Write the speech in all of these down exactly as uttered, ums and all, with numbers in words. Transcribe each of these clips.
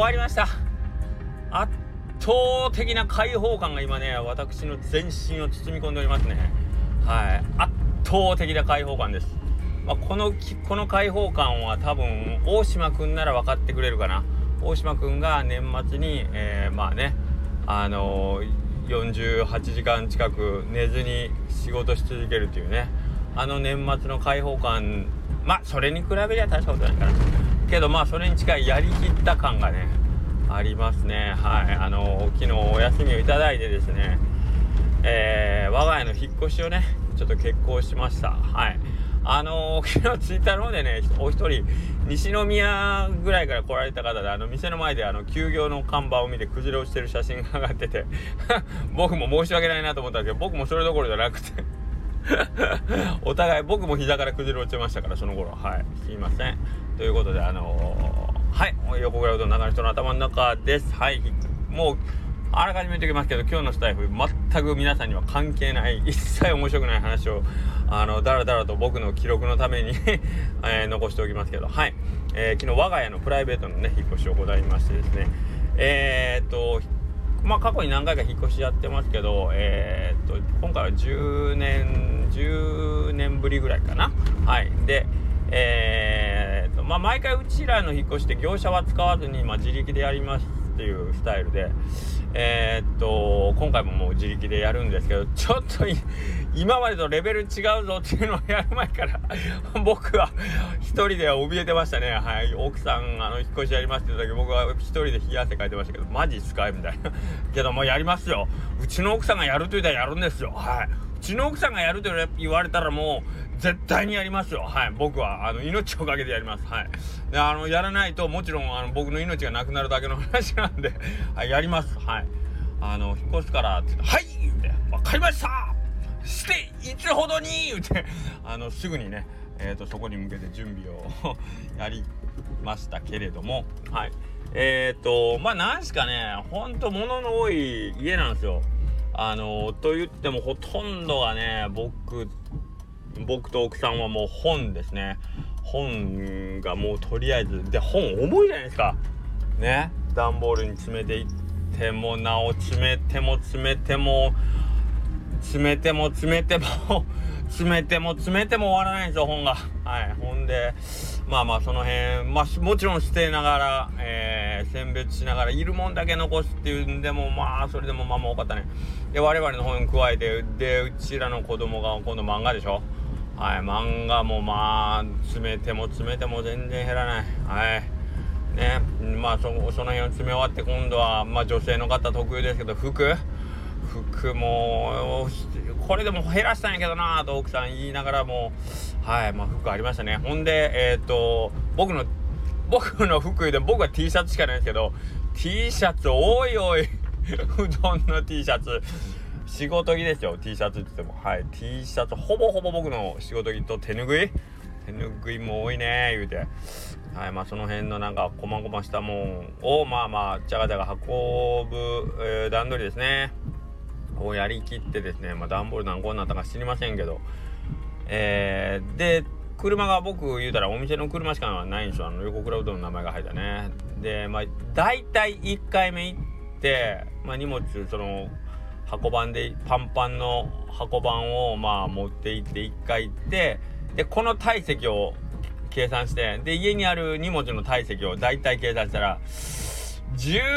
終わりました。圧倒的な開放感が今ね、私の全身を包み込んでおりますね。はい、圧倒的な開放感です。まあ、このこの開放感は多分大島くんなら分かってくれるかな。大島くんが年末に、えー、まあねあのー、よんじゅうはちじかん近く寝ずに仕事し続けるというね、あの年末の開放感、まあそれに比べりゃ大したことないかなけど、まあそれに近いやりきった感がねありますね。はい、あのー、昨日お休みをいただいてですね、えー、我が家の引っ越しをねちょっと決行しました。はい、あのー、昨日ツイッターの方でね、お一人西宮ぐらいから来られた方で、あの店の前であの休業の看板を見て崩れ落ちてる写真が上がってて僕も申し訳ないなと思ったんですけど、僕もそれどころじゃなくてお互い僕も膝から崩れ落ちましたから、その頃。はい、すいません。ということで、あのー、はい横倉うどん中の人の頭の中です。はい、もうあらかじめ言っておきますけど、今日のスタイフ全く皆さんには関係ない、一切面白くない話をあのだらだらと僕の記録のために、えー、残しておきますけど、はい、えー、昨日我が家のプライベートのね引っ越しを行いましてですね、えー、っとまあ過去に何回か引っ越しやってますけど、えー、っと今回はじゅうねんぶりぐらいかな。はい、でえー、っとまあ毎回うちらの引っ越しって業者は使わずに、まあ、自力でやりますっていうスタイルで、えー、っと今回ももう自力でやるんですけど、ちょっと今までとレベル違うぞっていうのをやる前から僕は一人で怯えてましたね。はい、奥さんあの引っ越しやりますって言った時、僕は一人で冷や汗かいてましたけど、マジっすかみたいなけどもうやりますよ。うちの奥さんがやると言ったらやるんですよ。はい、うちの奥さんがやると言われたらもう絶対にやりますよ。はい、僕はあの命をかけてやります。はい、であのやらないともちろんあの僕の命がなくなるだけの話なんで、はい、やります。はい、あの引っ越すからって言って、はい言って分かりましたしていつほどに言ってあのすぐにね、えーとそこに向けて準備をやりましたけれども、はい、えーとまあなんすかね、ほんと物の多い家なんですよ。あのと言ってもほとんどがね、僕僕と奥さんはもう本ですね。本がもうとりあえずで、本重いじゃないですかね。段ボールに詰めていってもなお詰めても詰めても詰めても詰めても詰めても詰めても終わらないんですよ、本が。はい、ほんでまあまあその辺、まあもちろん捨てながら、えー、選別しながらいるもんだけ残すっていうんでも、まあそれでもまあまあ多かったね。で我々の本に加えて、でうちらの子供が今度漫画でしょ。はい、漫画もまあ詰めても詰めても全然減らない。はいね、まあ そ, その辺を詰め終わって、今度はまあ女性の方特有ですけど、服服もこれでも減らしたんやけどなと奥さん言いながらも、はいまあ服ありましたね。ほんでえっ、ー、と僕の僕の服で僕は T シャツしかないんですけど、 T シャツおいおいうどんの T シャツ仕事着ですよ。 T シャツって言っても、はい T シャツほぼほぼ僕の仕事着と手ぬぐい手ぬぐいも多いね言うて、はいまあその辺のなんかこまごましたもんをまあまあじゃがじゃが運ぶ、えー、段取りですねをやりきってですね、まあ段ボール何個になったか知りませんけど、えー、で車が僕言うたらお店の車しかないんですよ。あの横倉うどんの名前が入ったね。でまあ大体いっかいめ行って、まあ、荷物その箱番でパンパンの箱番をまあ持って行っていっかい行って、でこの体積を計算して、で家にある荷物の体積を大体計算したらじゅう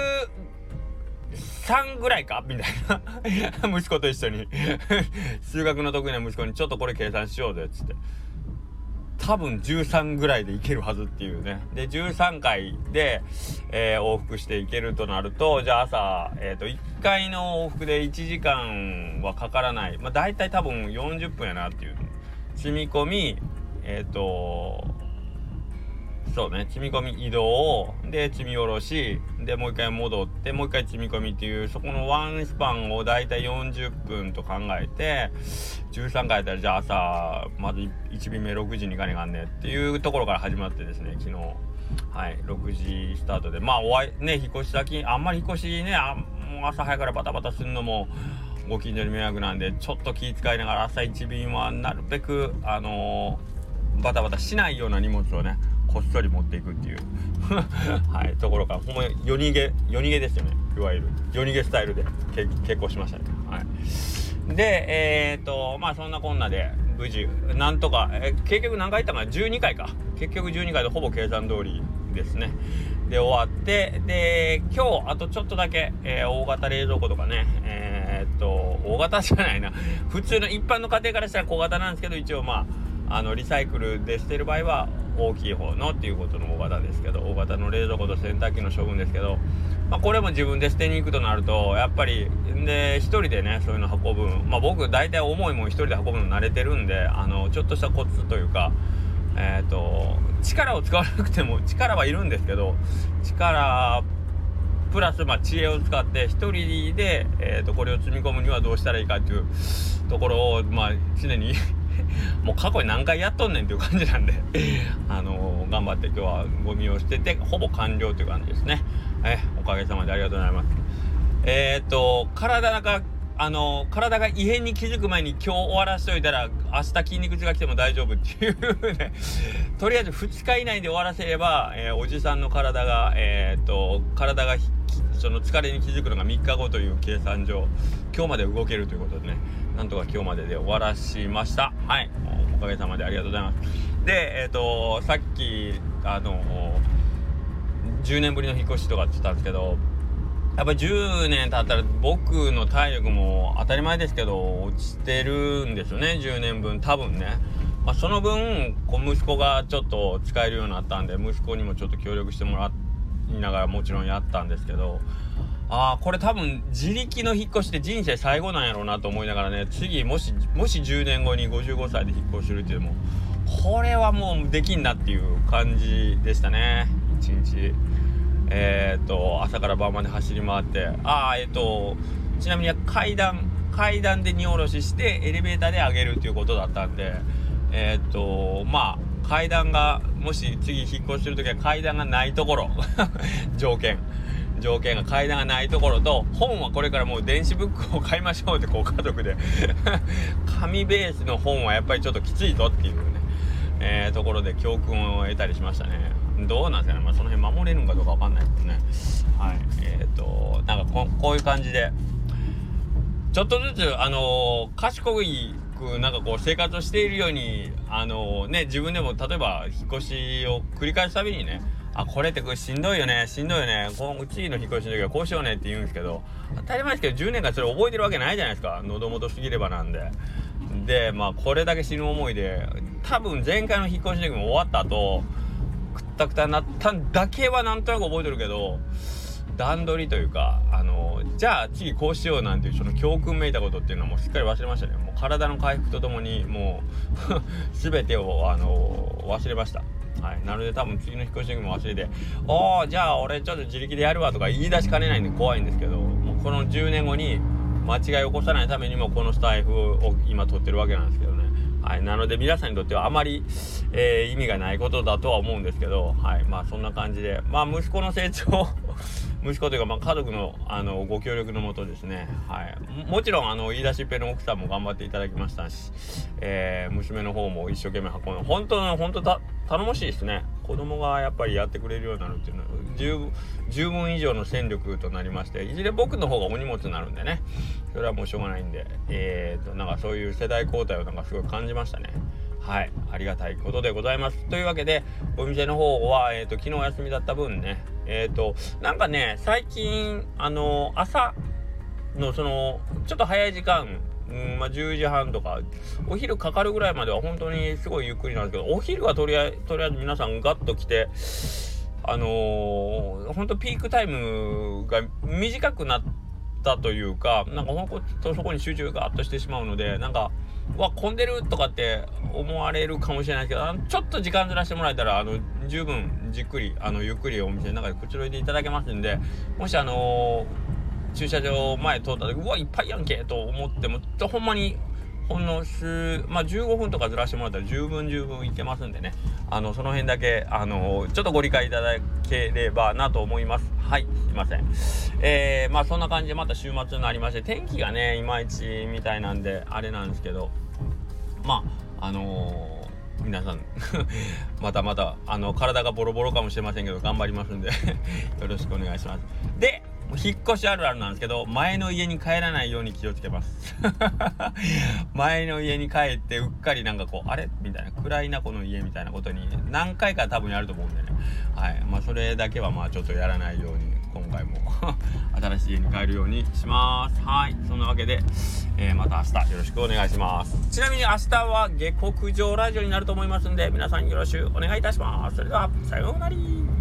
さんぐらいかみたいな息子と一緒に数学の得意な息子にちょっとこれ計算しようぜっつって、多分じゅうさんぐらいでいけるはずっていうね。でじゅうさんかいで、えー、往復していけるとなると、じゃあ朝、えー、といっかいの往復でいちじかんはかからない、まあ大体多分よんじゅっぷんやなっていう。積み込みえっ、ー、とそうね積み込み移動で積み下ろしでもう一回戻ってもう一回積み込みっていう、そこのワンスパンをだいたいよんじゅっぷんと考えてじゅうさんかいやったら、じゃあ朝まずいち便目ろくじに行かねえかんねっていうところから始まってですね、昨日はいろくじスタートで、まあおわいね引っ越し先あんまり引っ越しねあもう朝早くからバタバタするのもご近所に迷惑なんで、ちょっと気遣いながら朝いち便はなるべくあのー、バタバタしないような荷物をね小こっそり持っていくっていうはいところからほんま夜逃げ夜逃げですよね。いわゆる夜逃げスタイルで結婚しましたね。はい。でえー、っとまあそんなこんなで無事なんとか、え結局何回行ったかなじゅうにかいか結局じゅうにかいでほぼ計算通りですね。で終わってで今日あとちょっとだけ、えー、大型冷蔵庫とかねえー、っと大型じゃないな普通の一般の家庭からしたら小型なんですけど一応まああのリサイクルで捨てる場合は大きい方のっていうことの大型ですけど大型の冷蔵庫と洗濯機の処分ですけど、まあ、これも自分で捨てに行くとなるとやっぱりで一人でねそういうの運ぶ、まあ、僕大体重いもん一人で運ぶの慣れてるんであのちょっとしたコツというかえーと力を使わなくても力はいるんですけど力プラスまあ知恵を使って一人で、えー、とこれを積み込むにはどうしたらいいかっていうところをまあ常にもう過去に何回やっとんねんっていう感じなんであのー、頑張って今日はゴミを捨ててほぼ完了という感じですね。えおかげさまでありがとうございます。えっ、ー、と体があの体が異変に気づく前に今日終わらせといたら明日筋肉痛が来ても大丈夫っていうねとりあえずふつか以内で終わらせれば、えー、おじさんの体がえっ、ー、と体がその疲れに気づくのがみっかごという計算上今日まで動けるということでねなんとか今日までで終わらしました。はい、おかげさまでありがとうございます。でえっ、ー、とさっきあのじゅうねんぶりの引っ越しとかって言ったんですけどやっぱりじゅうねん経ったら僕の体力も当たり前ですけど落ちてるんですよね。じゅうねんぶん多分ね、まあ、その分こう息子がちょっと使えるようになったんで息子にもちょっと協力してもらいながらもちろんやったんですけどあーこれ多分自力の引っ越しって人生最後なんやろうなと思いながらね次もしもしじゅうねんごにごじゅうごさいで引っ越しするっていうのもこれはもうできんなっていう感じでしたね。一日えー、と朝から晩まで走り回ってあーえっ、ー、とちなみに階段階段で荷下ろししてエレベーターで上げるっていうことだったんでえっ、ー、とまあ階段がもし次引っ越しするときは階段がないところ条件条件が階段がないところと本はこれからもう電子ブックを買いましょうってこう家族で紙ベースの本はやっぱりちょっときついぞっていうね、えー、ところで教訓を得たりしましたね。どうなんですかね、まあ、その辺守れるのかどうかわかんないですね。はいえっ、ー、となんか こ, こういう感じでちょっとずつあのー、賢いなんかこう生活をしているようにあのー、ね自分でも例えば引っ越しを繰り返すたびにねあこれってこれしんどいよねしんどいよねこの次の引っ越しの時はこうしようねって言うんですけど当たり前ですけどじゅうねんかんそれ覚えてるわけないじゃないですか。喉元すぎればなんででまあこれだけ死ぬ思いで多分前回の引っ越しの時も終わった後くったくたになったんだけはなんとなく覚えてるけど段取りというかあのじゃあ次こうしようなんていうその教訓めいたことっていうのはもうしっかり忘れましたね。もう体の回復とともにもう全てをあの忘れました。はい、なので多分次の引っ越しの時も忘れておーじゃあ俺ちょっと自力でやるわとか言い出しかねないんで怖いんですけどもうこのじゅうねんごに間違いを起こさないためにもこのスタイフを今撮ってるわけなんですけどね。はい、なので皆さんにとってはあまり、えー、意味がないことだとは思うんですけど、はい、まあそんな感じで、まあ息子の成長息子というかまあ家族のあのご協力のもとですね、はい、もちろんあの言い出しっぺの奥さんも頑張っていただきましたし、えー、娘の方も一生懸命運んで本当の本当だ頼もしいですね。子供がやっぱりやってくれるようになるっていうのは十分十分以上の戦力となりましていずれ僕の方がお荷物になるんでねそれはもうしょうがないんでえーとなんかそういう世代交代をなんかすごい感じましたね。はいありがたいことでございます。というわけでお店の方は、えーと昨日お休みだった分ねえーとなんかね最近あの朝のそのちょっと早い時間うんまあ、じゅうじはんとかお昼かかるぐらいまでは本当にすごいゆっくりなんですけどお昼はとりあえずとりあえず皆さんガッと来てあのー、本当ピークタイムが短くなったというかなんかほんとそこに集中がガッとしてしまうのでなんかうわ混んでるとかって思われるかもしれないですけどあのちょっと時間ずらしてもらえたらあの十分じっくりあのゆっくりお店の中でくつろいでいただけますんでもしあのー駐車場前通った時うわいっぱいやんけと思ってもほんまにほんの数まあじゅうごふんとかずらしてもらったら十分十分いけますんでねあのその辺だけあのちょっとご理解いただければなと思います。はいすいませんえー、まあそんな感じでまた週末になりまして天気がねいまいちみたいなんであれなんですけどまああの皆さんまたまたあの体がボロボロかもしれませんけど頑張りますんでよろしくお願いします。で引っ越しあるあるなんですけど、前の家に帰らないように気をつけます前の家に帰ってうっかりなんかこうあれみたいな、暗いなこの家みたいなことに何回か多分やると思うんでね、はい、まあそれだけはまあちょっとやらないように今回も新しい家に帰るようにします。はい、そんなわけで、えー、また明日よろしくお願いします。ちなみに明日は下克上ラジオになると思いますんで、皆さんよろしくお願いいたします。それではさようなら。